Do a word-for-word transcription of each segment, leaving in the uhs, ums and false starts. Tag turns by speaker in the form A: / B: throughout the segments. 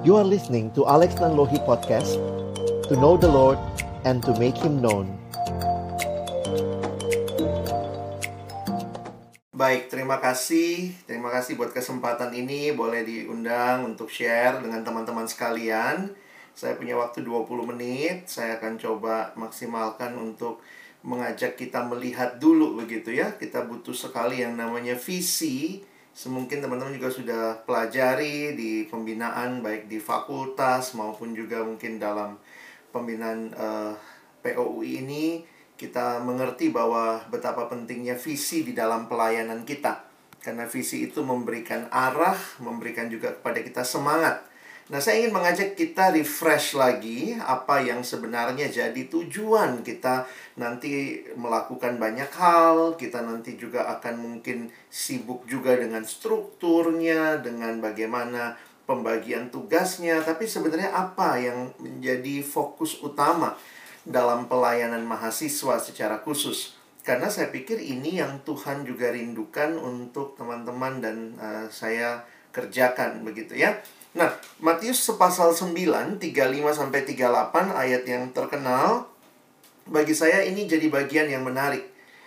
A: You are listening to Alex Nanlohi Podcast, to know the Lord and to make Him known.
B: Baik, terima kasih. Terima kasih buat kesempatan ini. Boleh diundang untuk share dengan teman-teman sekalian. Saya punya waktu dua puluh menit. Saya akan coba maksimalkan untuk mengajak kita melihat dulu begitu ya. Kita butuh sekali yang namanya visi. Semungkin teman-teman juga sudah pelajari di pembinaan, baik di fakultas maupun juga mungkin dalam pembinaan uh, P O U I ini. Kita mengerti bahwa betapa pentingnya visi di dalam pelayanan kita. Karena visi itu memberikan arah, memberikan juga kepada kita semangat. Nah, saya ingin mengajak kita refresh lagi apa yang sebenarnya jadi tujuan kita nanti melakukan banyak hal. Kita nanti juga akan mungkin sibuk juga dengan strukturnya, dengan bagaimana pembagian tugasnya. Tapi sebenarnya apa yang menjadi fokus utama dalam pelayanan mahasiswa secara khusus? Karena saya pikir ini yang Tuhan juga rindukan untuk teman-teman dan uh, saya kerjakan begitu ya. Nah, Matius pasal sembilan, tiga puluh lima sampai tiga puluh delapan ayat yang terkenal. Bagi saya ini jadi bagian yang menarik,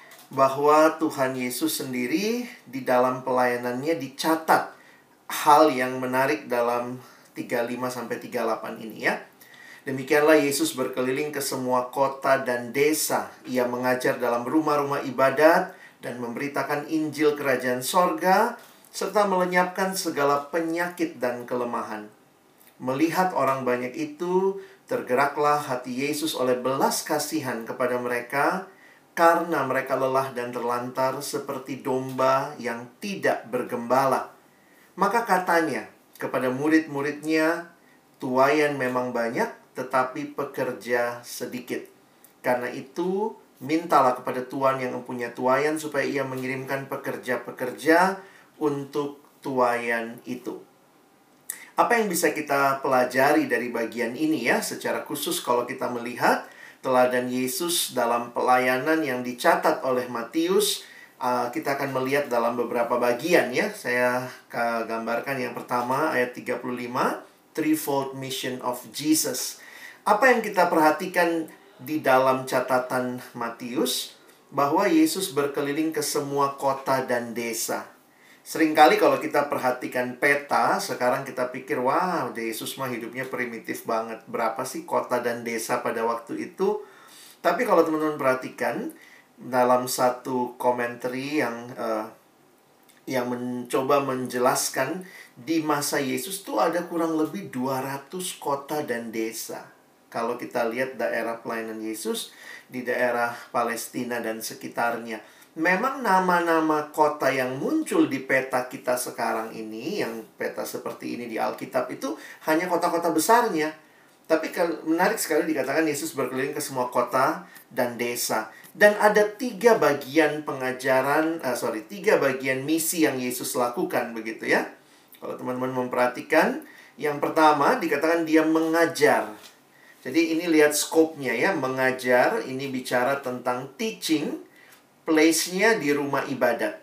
B: bahwa Tuhan Yesus sendiri di dalam pelayanannya dicatat hal yang menarik dalam tiga puluh lima sampai tiga puluh delapan ini ya. Demikianlah Yesus berkeliling ke semua kota dan desa. Ia mengajar dalam rumah-rumah ibadat dan memberitakan Injil Kerajaan Sorga, serta melenyapkan segala penyakit dan kelemahan. Melihat orang banyak itu, tergeraklah hati Yesus oleh belas kasihan kepada mereka, karena mereka lelah dan terlantar seperti domba yang tidak bergembala. Maka katanya kepada murid-muridnya, tuaian memang banyak, tetapi pekerja sedikit. Karena itu, mintalah kepada Tuhan yang mempunyai tuaian supaya ia mengirimkan pekerja-pekerja untuk tuaian itu. Apa yang bisa kita pelajari dari bagian ini ya? Secara khusus kalau kita melihat teladan Yesus dalam pelayanan yang dicatat oleh Matius, uh, kita akan melihat dalam beberapa bagian ya. Saya gambarkan yang pertama ayat tiga puluh lima, Threefold Mission of Jesus. Apa yang kita perhatikan di dalam catatan Matius? Bahwa Yesus berkeliling ke semua kota dan desa. Seringkali kalau kita perhatikan peta, sekarang kita pikir, wow, Yesus mah hidupnya primitif banget. Berapa sih kota dan desa pada waktu itu? Tapi kalau teman-teman perhatikan, dalam satu komentari yang uh, yang mencoba menjelaskan, di masa Yesus tuh ada kurang lebih dua ratus kota dan desa. Kalau kita lihat daerah pelayanan Yesus di daerah Palestina dan sekitarnya, memang nama-nama kota yang muncul di peta kita sekarang ini, yang peta seperti ini di Alkitab itu hanya kota-kota besarnya. Tapi menarik sekali dikatakan Yesus berkeliling ke semua kota dan desa. Dan ada tiga bagian pengajaran, uh, sorry, tiga bagian misi yang Yesus lakukan begitu ya. Kalau teman-teman memperhatikan, yang pertama dikatakan dia mengajar. Jadi ini lihat scope-nya ya, mengajar, ini bicara tentang teaching, place-nya di rumah ibadat.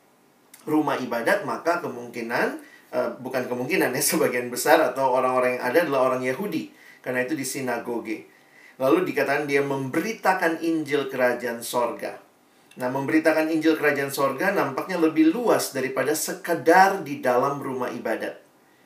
B: Rumah ibadat maka kemungkinan, uh, bukan kemungkinan ya, sebagian besar atau orang-orang yang ada adalah orang Yahudi. Karena itu di sinagoge. Lalu dikatakan dia memberitakan Injil Kerajaan Sorga. Nah, memberitakan Injil Kerajaan Sorga nampaknya lebih luas daripada sekedar di dalam rumah ibadat.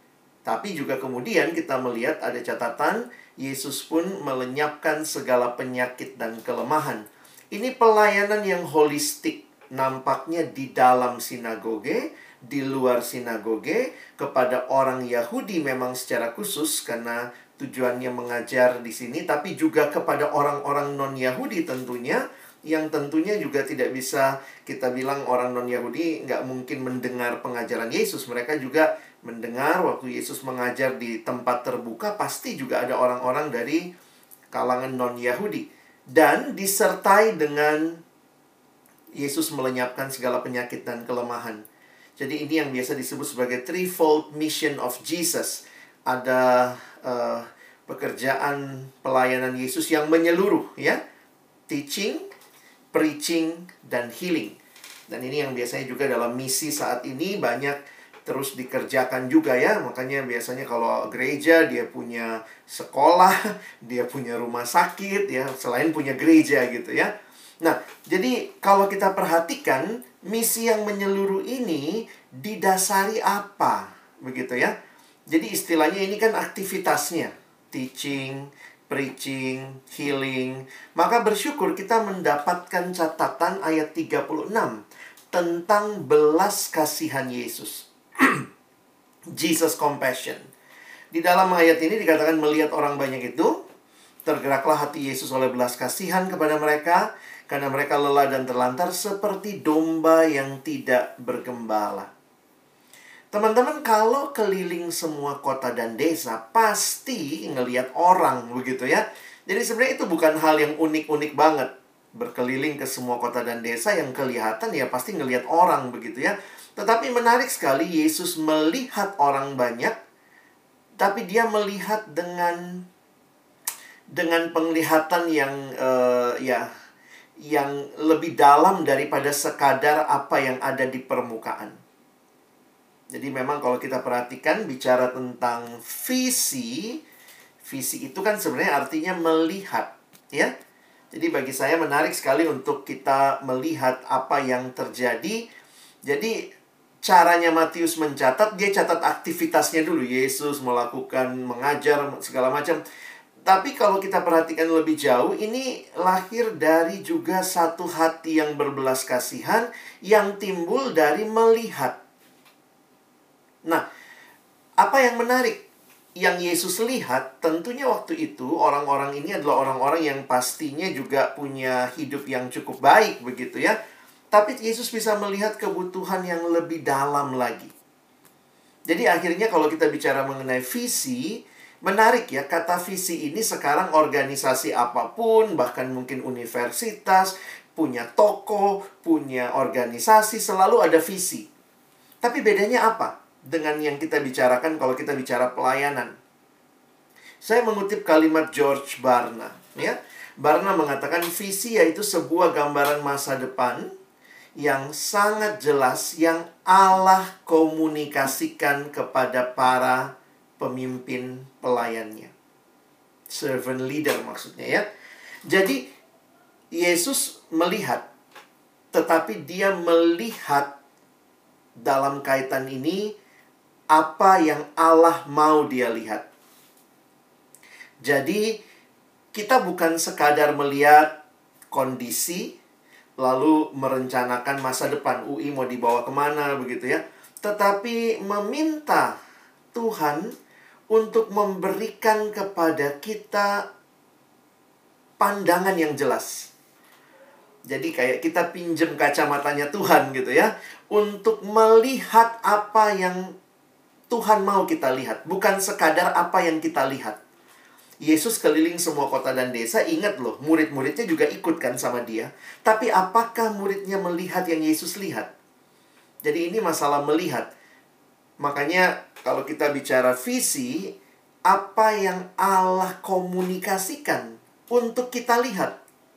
B: Tapi juga kemudian kita melihat ada catatan, Yesus pun melenyapkan segala penyakit dan kelemahan. Ini pelayanan yang holistik, nampaknya di dalam sinagoge, di luar sinagoge, kepada orang Yahudi memang secara khusus karena tujuannya mengajar di sini, tapi juga kepada orang-orang non-Yahudi tentunya, yang tentunya juga tidak bisa kita bilang orang non-Yahudi nggak mungkin mendengar pengajaran Yesus. Mereka juga mendengar waktu Yesus mengajar di tempat terbuka, pasti juga ada orang-orang dari kalangan non-Yahudi. Dan disertai dengan Yesus melenyapkan segala penyakit dan kelemahan. Jadi ini yang biasa disebut sebagai threefold mission of Jesus. Ada uh, pekerjaan pelayanan Yesus yang menyeluruh ya. Teaching, preaching, dan healing. Dan ini yang biasanya juga dalam misi saat ini banyak terus dikerjakan juga ya. Makanya biasanya kalau gereja dia punya sekolah, dia punya rumah sakit ya, selain punya gereja gitu ya. Nah, jadi kalau kita perhatikan misi yang menyeluruh ini didasari apa? Begitu ya. Jadi istilahnya ini kan aktivitasnya, teaching, preaching, healing. Maka bersyukur kita mendapatkan catatan ayat tiga puluh enam tentang belas kasihan Yesus. Jesus compassion. Di dalam ayat ini dikatakan melihat orang banyak itu, tergeraklah hati Yesus oleh belas kasihan kepada mereka, karena mereka lelah dan terlantar seperti domba yang tidak bergembala. Teman-teman, kalau keliling semua kota dan desa, pasti ngelihat orang begitu ya. Jadi sebenarnya itu bukan hal yang unik-unik banget. Berkeliling ke semua kota dan desa yang kelihatan ya pasti ngelihat orang begitu ya. Tetapi menarik sekali, Yesus melihat orang banyak, tapi dia melihat dengan dengan penglihatan yang uh, ya yang lebih dalam daripada sekadar apa yang ada di permukaan. Jadi memang kalau kita perhatikan bicara tentang visi, visi itu kan sebenarnya artinya melihat, ya. Jadi bagi saya menarik sekali untuk kita melihat apa yang terjadi. Jadi caranya Matius mencatat, dia catat aktivitasnya dulu. Yesus melakukan, mengajar, segala macam. Tapi kalau kita perhatikan lebih jauh, ini lahir dari juga satu hati yang berbelas kasihan yang timbul dari melihat. Nah, apa yang menarik? Yang Yesus lihat, tentunya waktu itu orang-orang ini adalah orang-orang yang pastinya juga punya hidup yang cukup baik, begitu ya. Tapi Yesus bisa melihat kebutuhan yang lebih dalam lagi. Jadi akhirnya kalau kita bicara mengenai visi, menarik ya, kata visi ini sekarang organisasi apapun, bahkan mungkin universitas, punya toko, punya organisasi, selalu ada visi. Tapi bedanya apa dengan yang kita bicarakan kalau kita bicara pelayanan? Saya mengutip kalimat George Barna, ya. Barna mengatakan visi yaitu sebuah gambaran masa depan yang sangat jelas yang Allah komunikasikan kepada para pemimpin pelayannya. Servant leader maksudnya ya. Jadi Yesus melihat, tetapi dia melihat dalam kaitan ini apa yang Allah mau dia lihat. Jadi kita bukan sekadar melihat kondisi lalu merencanakan masa depan, U I mau dibawa kemana begitu ya. Tetapi meminta Tuhan untuk memberikan kepada kita pandangan yang jelas. Jadi kayak kita pinjem kacamatanya Tuhan gitu ya, untuk melihat apa yang Tuhan mau kita lihat, bukan sekadar apa yang kita lihat. Yesus keliling semua kota dan desa, ingat loh, murid-muridnya juga ikut kan sama dia. Tapi apakah muridnya melihat yang Yesus lihat? Jadi ini masalah melihat. Makanya kalau kita bicara visi, apa yang Allah komunikasikan untuk kita lihat?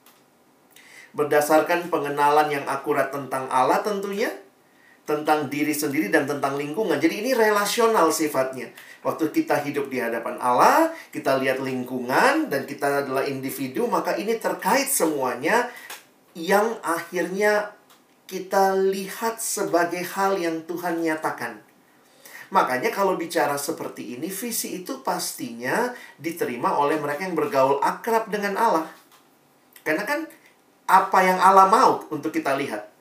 B: Berdasarkan pengenalan yang akurat tentang Allah tentunya, tentang diri sendiri dan tentang lingkungan. Jadi ini relasional sifatnya. Waktu kita hidup di hadapan Allah, kita lihat lingkungan, dan kita adalah individu, maka ini terkait semuanya yang akhirnya kita lihat sebagai hal yang Tuhan nyatakan. Makanya kalau bicara seperti ini, visi itu pastinya diterima oleh mereka yang bergaul akrab dengan Allah. Karena kan apa yang Allah mau untuk kita lihat.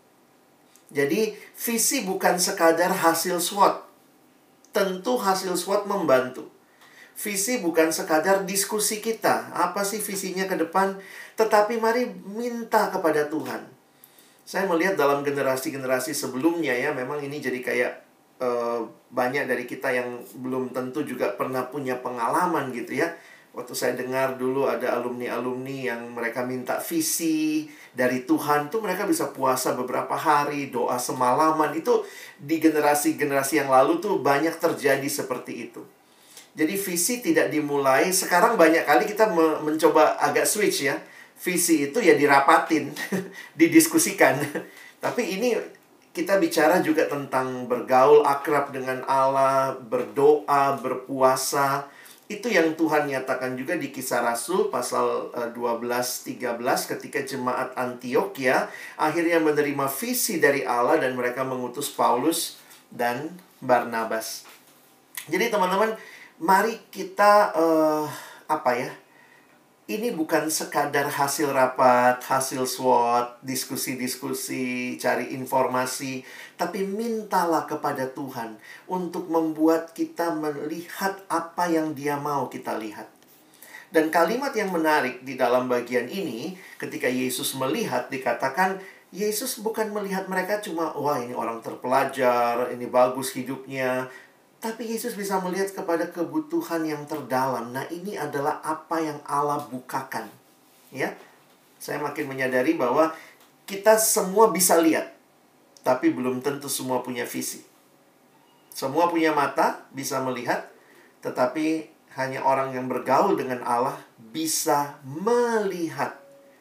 B: Jadi visi bukan sekadar hasil SWOT. Tentu hasil SWOT membantu. Visi bukan sekadar diskusi kita. Apa sih visinya ke depan? Tetapi mari minta kepada Tuhan. Saya melihat dalam generasi-generasi sebelumnya ya, memang ini jadi kayak Uh, banyak dari kita yang belum tentu juga pernah punya pengalaman gitu ya. Waktu saya dengar dulu ada alumni-alumni yang mereka minta visi dari Tuhan, tuh mereka bisa puasa beberapa hari, doa semalaman. Itu di generasi-generasi yang lalu tuh banyak terjadi seperti itu. Jadi visi tidak dimulai. Sekarang banyak kali kita me- mencoba agak switch ya. Visi itu ya dirapatin, didiskusikan. Tapi ini kita bicara juga tentang bergaul akrab dengan Allah, berdoa, berpuasa. Itu yang Tuhan nyatakan juga di Kisah Rasul pasal eh, dua belas tiga belas ketika jemaat Antioquia akhirnya menerima visi dari Allah dan mereka mengutus Paulus dan Barnabas. Jadi teman-teman, mari kita uh, apa ya? Ini bukan sekadar hasil rapat, hasil SWOT, diskusi-diskusi, cari informasi, tapi mintalah kepada Tuhan untuk membuat kita melihat apa yang Dia mau kita lihat. Dan kalimat yang menarik di dalam bagian ini, ketika Yesus melihat, dikatakan Yesus bukan melihat mereka cuma, wah ini orang terpelajar, ini bagus hidupnya. Tapi Yesus bisa melihat kepada kebutuhan yang terdalam. Nah, ini adalah apa yang Allah bukakan. Ya, saya makin menyadari bahwa kita semua bisa lihat, tapi belum tentu semua punya visi. Semua punya mata, bisa melihat, tetapi hanya orang yang bergaul dengan Allah bisa melihat.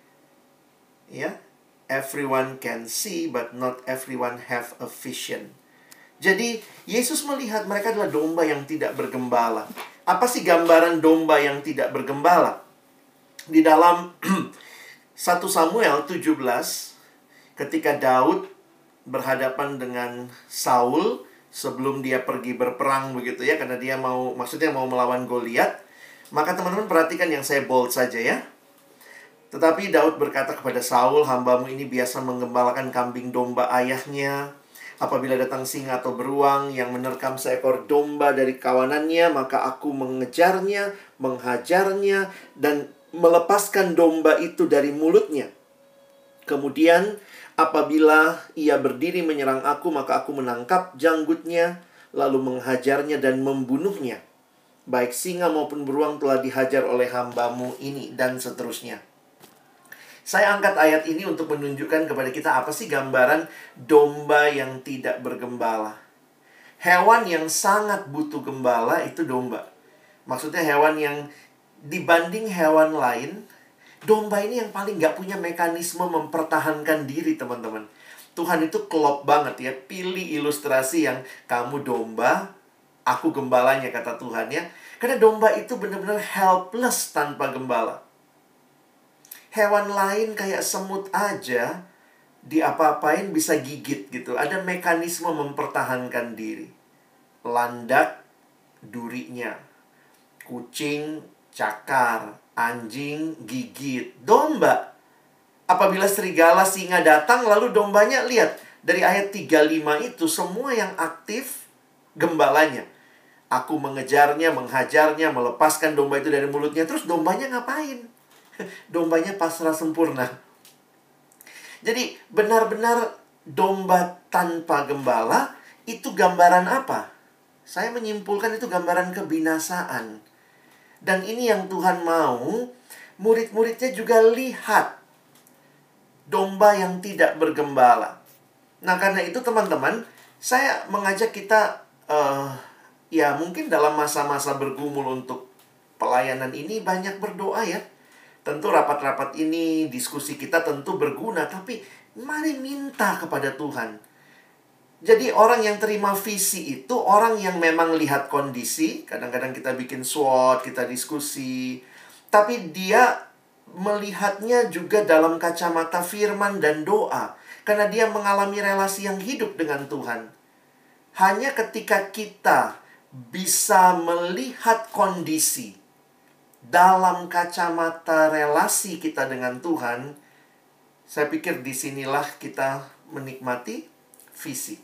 B: Ya, everyone can see, but not everyone have a vision. Jadi, Yesus melihat mereka adalah domba yang tidak bergembala. Apa sih gambaran domba yang tidak bergembala? Di dalam satu Samuel tujuh belas, ketika Daud berhadapan dengan Saul sebelum dia pergi berperang begitu ya, karena dia mau, maksudnya mau melawan Goliat. Maka teman-teman perhatikan yang saya bold saja ya. Tetapi Daud berkata kepada Saul, hambamu ini biasa menggembalakan kambing domba ayahnya. Apabila datang singa atau beruang yang menerkam seekor domba dari kawanannya, maka aku mengejarnya, menghajarnya, dan melepaskan domba itu dari mulutnya. Kemudian, apabila ia berdiri menyerang aku, maka aku menangkap janggutnya, lalu menghajarnya dan membunuhnya. Baik singa maupun beruang telah dihajar oleh hambamu ini, dan seterusnya. Saya angkat ayat ini untuk menunjukkan kepada kita apa sih gambaran domba yang tidak bergembala. Hewan yang sangat butuh gembala itu domba. Maksudnya hewan yang dibanding hewan lain, domba ini yang paling gak punya mekanisme mempertahankan diri, teman-teman. Tuhan itu klop banget ya. Pilih ilustrasi yang kamu domba, aku gembalanya, kata Tuhan ya. Karena domba itu benar-benar helpless tanpa gembala. Hewan lain kayak semut aja, diapa-apain bisa gigit gitu. Ada mekanisme mempertahankan diri. Landak, durinya. Kucing, cakar. Anjing, gigit. Domba, apabila serigala, singa datang, lalu dombanya, lihat. Dari ayat tiga puluh lima itu, semua yang aktif, gembalanya. Aku mengejarnya, menghajarnya, melepaskan domba itu dari mulutnya. Terus dombanya ngapain? Dombanya pasrah sempurna. Jadi benar-benar domba tanpa gembala itu gambaran apa? Saya menyimpulkan itu gambaran kebinasaan. Dan ini yang Tuhan mau murid-muridnya juga lihat. Domba yang tidak bergembala. Nah karena itu teman-teman, saya mengajak kita uh, ya mungkin dalam masa-masa bergumul untuk pelayanan ini banyak berdoa ya. Tentu rapat-rapat ini, diskusi kita tentu berguna. Tapi mari minta kepada Tuhan. Jadi orang yang terima visi itu orang yang memang lihat kondisi. Kadang-kadang kita bikin SWOT, kita diskusi. Tapi dia melihatnya juga dalam kacamata firman dan doa. Karena dia mengalami relasi yang hidup dengan Tuhan. Hanya ketika kita bisa melihat kondisi dalam kacamata relasi kita dengan Tuhan, saya pikir disinilah kita menikmati visi.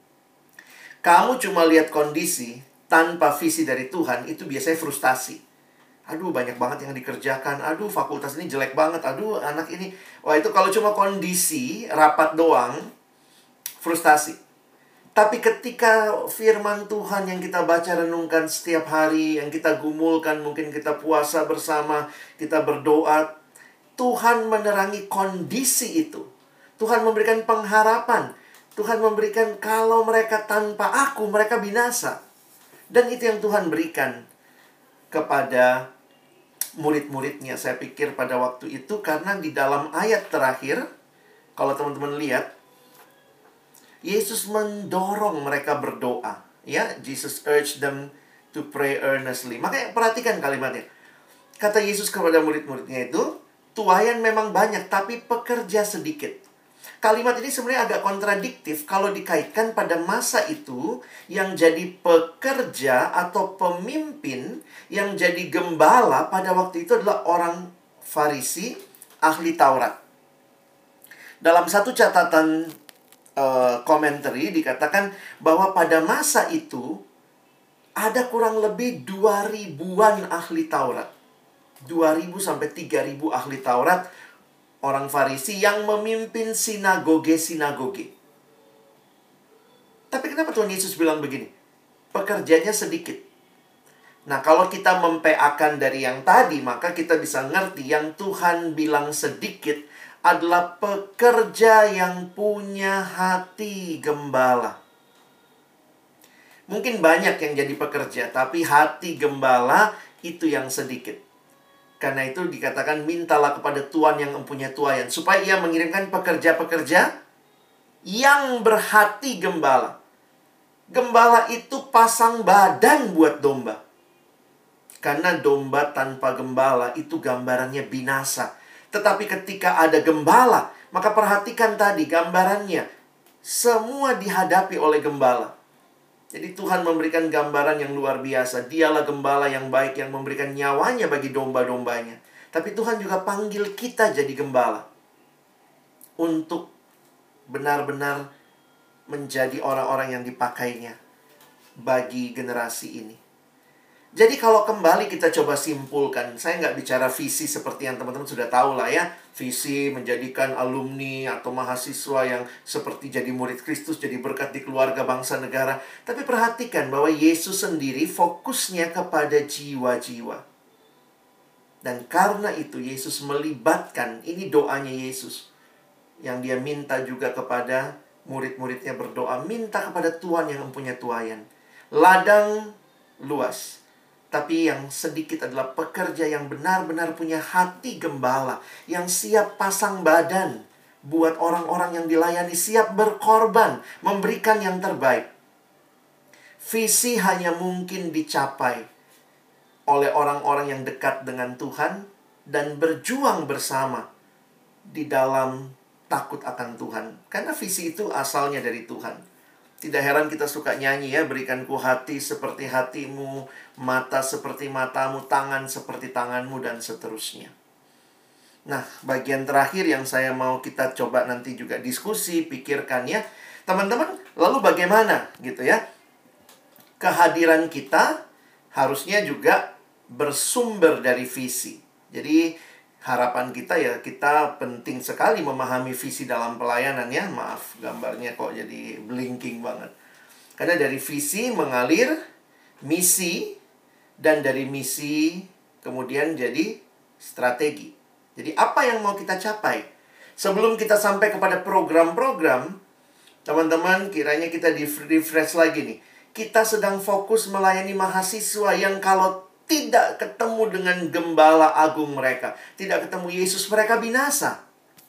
B: Kamu cuma lihat kondisi tanpa visi dari Tuhan, itu biasanya frustasi. Aduh, banyak banget yang dikerjakan. Aduh, fakultas ini jelek banget. Aduh, anak ini. Wah, itu kalau cuma kondisi, rapat doang, frustasi. Tapi ketika firman Tuhan yang kita baca renungkan setiap hari, yang kita gumulkan, mungkin kita puasa bersama, kita berdoa, Tuhan menerangi kondisi itu. Tuhan memberikan pengharapan. Tuhan memberikan kalau mereka tanpa aku, mereka binasa. Dan itu yang Tuhan berikan kepada murid-muridnya. Saya pikir pada waktu itu, karena di dalam ayat terakhir, kalau teman-teman lihat, Yesus mendorong mereka berdoa. Ya, Jesus urged them to pray earnestly. Makanya perhatikan kalimatnya. Kata Yesus kepada murid-muridnya itu, tuaian memang banyak, tapi pekerja sedikit. Kalimat ini sebenarnya agak kontradiktif kalau dikaitkan pada masa itu yang jadi pekerja atau pemimpin, yang jadi gembala pada waktu itu adalah orang Farisi, ahli Taurat. Dalam satu catatan uh, commentary dikatakan bahwa pada masa itu ada kurang lebih dua ribuan ahli Taurat. dua ribu sampai tiga ribu ahli Taurat, orang Farisi yang memimpin sinagoge-sinagoge. Tapi kenapa Tuhan Yesus bilang begini? Pekerjanya sedikit. Nah, kalau kita mempeakan dari yang tadi, maka kita bisa ngerti yang Tuhan bilang sedikit adalah pekerja yang punya hati gembala. Mungkin banyak yang jadi pekerja, tapi hati gembala itu yang sedikit. Karena itu dikatakan mintalah kepada Tuhan yang mempunyai tuaian, supaya ia mengirimkan pekerja-pekerja yang berhati gembala. Gembala itu pasang badan buat domba. Karena domba tanpa gembala itu gambarannya binasa. Tetapi ketika ada gembala, maka perhatikan tadi gambarannya. Semua dihadapi oleh gembala. Jadi Tuhan memberikan gambaran yang luar biasa. Dialah gembala yang baik yang memberikan nyawanya bagi domba-dombanya. Tapi Tuhan juga panggil kita jadi gembala. Untuk benar-benar menjadi orang-orang yang dipakainya bagi generasi ini. Jadi kalau kembali kita coba simpulkan, saya nggak bicara visi seperti yang teman-teman sudah tahu lah ya. Visi menjadikan alumni atau mahasiswa yang seperti jadi murid Kristus, jadi berkat di keluarga, bangsa, negara. Tapi perhatikan bahwa Yesus sendiri fokusnya kepada jiwa-jiwa. Dan karena itu Yesus melibatkan, ini doanya Yesus. Yang dia minta juga kepada murid-muridnya berdoa, minta kepada Tuhan yang mempunyai tuaian. Ladang luas. Tapi yang sedikit adalah pekerja yang benar-benar punya hati gembala. Yang siap pasang badan buat orang-orang yang dilayani. Siap berkorban, memberikan yang terbaik. Visi hanya mungkin dicapai oleh orang-orang yang dekat dengan Tuhan. Dan berjuang bersama di dalam takut akan Tuhan. Karena visi itu asalnya dari Tuhan. Tidak heran kita suka nyanyi ya, berikanku hati seperti hatimu, mata seperti matamu, tangan seperti tanganmu, dan seterusnya. Nah, bagian terakhir yang saya mau kita coba nanti juga diskusi, pikirkan ya. Teman-teman, lalu bagaimana gitu ya? Kehadiran kita harusnya juga bersumber dari visi. Jadi harapan kita ya, kita penting sekali memahami visi dalam pelayanan ya. Maaf, gambarnya kok jadi blinking banget. Karena dari visi mengalir misi, dan dari misi kemudian jadi strategi. Jadi apa yang mau kita capai? Sebelum kita sampai kepada program-program, teman-teman kiranya kita di refresh lagi nih. Kita sedang fokus melayani mahasiswa yang kalau tidak ketemu dengan gembala agung mereka, tidak ketemu Yesus, mereka binasa.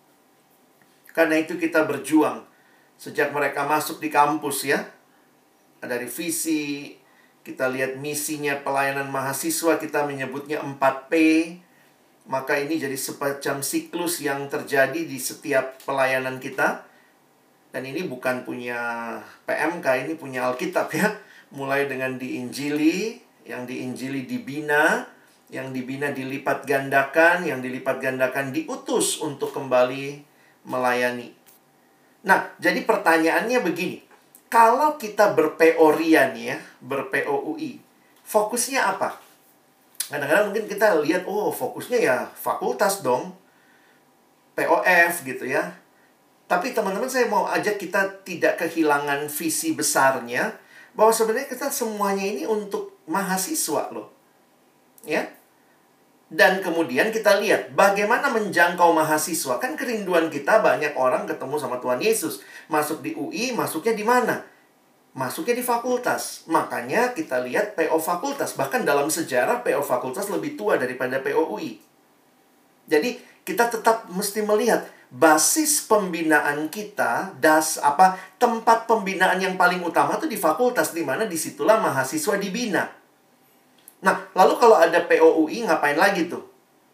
B: Karena itu kita berjuang sejak mereka masuk di kampus ya. Dari visi, kita lihat misinya pelayanan mahasiswa, kita menyebutnya empat P. Maka ini jadi semacam siklus yang terjadi di setiap pelayanan kita. Dan ini bukan punya P M K, ini punya Alkitab ya. Mulai dengan diinjili, yang diinjili dibina, yang dibina dilipat gandakan, yang dilipat gandakan diutus untuk kembali melayani. Nah, jadi pertanyaannya begini. Kalau kita ber-P O R I A nih ya, ber-P O U I, fokusnya apa? Kadang-kadang mungkin kita lihat, oh fokusnya ya fakultas dong, P O F gitu ya. Tapi teman-teman, saya mau ajak kita tidak kehilangan visi besarnya, bahwa sebenarnya kita semuanya ini untuk mahasiswa loh. Ya. Dan kemudian kita lihat bagaimana menjangkau mahasiswa. Kan kerinduan kita banyak orang ketemu sama Tuhan Yesus. Masuk di U I, masuknya di mana? Masuknya di fakultas. Makanya kita lihat P O fakultas. Bahkan dalam sejarah P O fakultas lebih tua daripada P O U I. Jadi kita tetap mesti melihat basis pembinaan kita, das apa tempat pembinaan yang paling utama tuh di fakultas, di mana disitulah mahasiswa dibina. Nah, lalu kalau ada P O U I ngapain lagi tuh?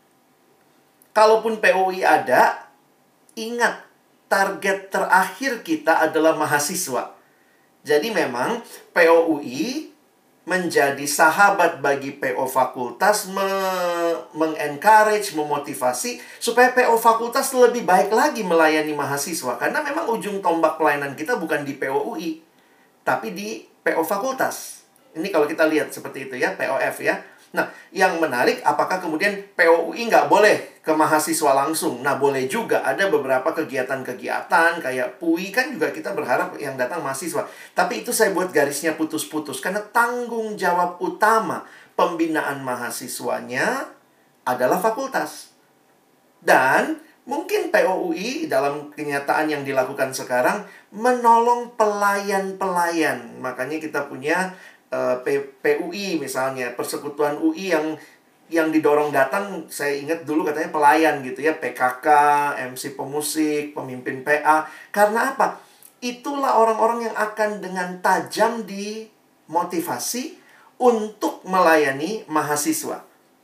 B: Kalaupun P O U I ada, ingat target terakhir kita adalah mahasiswa. Jadi memang P O U I menjadi sahabat bagi P O fakultas, me- mengencourage, memotivasi supaya P O fakultas lebih baik lagi melayani mahasiswa. Karena memang ujung tombak pelayanan kita bukan di P O U I, tapi di P O fakultas. Ini kalau kita lihat seperti itu ya, P O F ya. Nah, yang menarik, apakah kemudian P O U I nggak boleh ke mahasiswa langsung? Nah, boleh juga. Ada beberapa kegiatan-kegiatan, kayak P U I kan juga kita berharap yang datang mahasiswa. Tapi itu saya buat garisnya putus-putus. Karena tanggung jawab utama pembinaan mahasiswanya adalah fakultas. Dan mungkin P O U I dalam kenyataan yang dilakukan sekarang menolong pelayan-pelayan. Makanya kita punya Uh, P, PUI misalnya, Persekutuan U I yang yang didorong datang, saya ingat dulu katanya pelayan gitu ya, P K K, M C pemusik, pemimpin P A. Karena apa? Itulah orang-orang yang akan dengan tajam dimotivasi untuk melayani mahasiswa.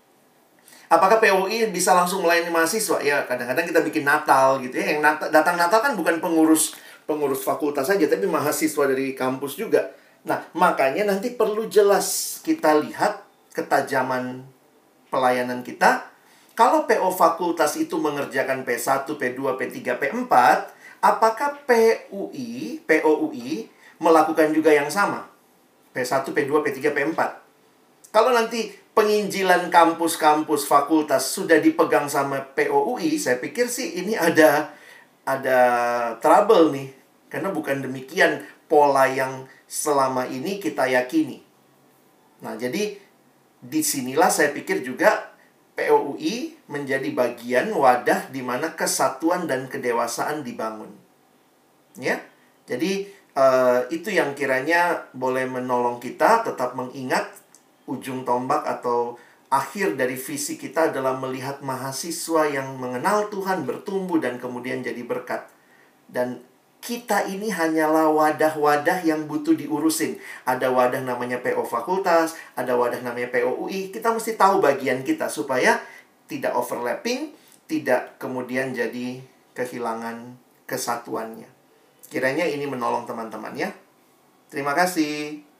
B: Apakah P O U I bisa langsung melayani mahasiswa? Ya, kadang-kadang kita bikin Natal gitu ya. Yang nat- datang Natal kan bukan pengurus pengurus fakultas saja, tapi mahasiswa dari kampus juga. Nah, makanya nanti perlu jelas kita lihat ketajaman pelayanan kita. Kalau P O fakultas itu mengerjakan P satu, P dua, P tiga, P empat, apakah P U I, P O U I melakukan juga yang sama? P satu, P dua, P tiga, P empat. Kalau nanti penginjilan kampus-kampus fakultas sudah dipegang sama P O U I, saya pikir sih ini ada ada trouble nih. Karena bukan demikian pola yang selama ini kita yakini. Nah, jadi disinilah saya pikir juga P O U I menjadi bagian wadah di mana kesatuan dan kedewasaan dibangun. Ya, jadi uh, itu yang kiranya boleh menolong kita tetap mengingat ujung tombak atau akhir dari visi kita adalah melihat mahasiswa yang mengenal Tuhan bertumbuh dan kemudian jadi berkat. Dan kita ini hanyalah wadah-wadah yang butuh diurusin. Ada wadah namanya P O fakultas, ada wadah namanya P O U I. Kita mesti tahu bagian kita supaya tidak overlapping, tidak kemudian jadi kehilangan kesatuannya. Kiranya ini menolong teman-teman ya. Terima kasih.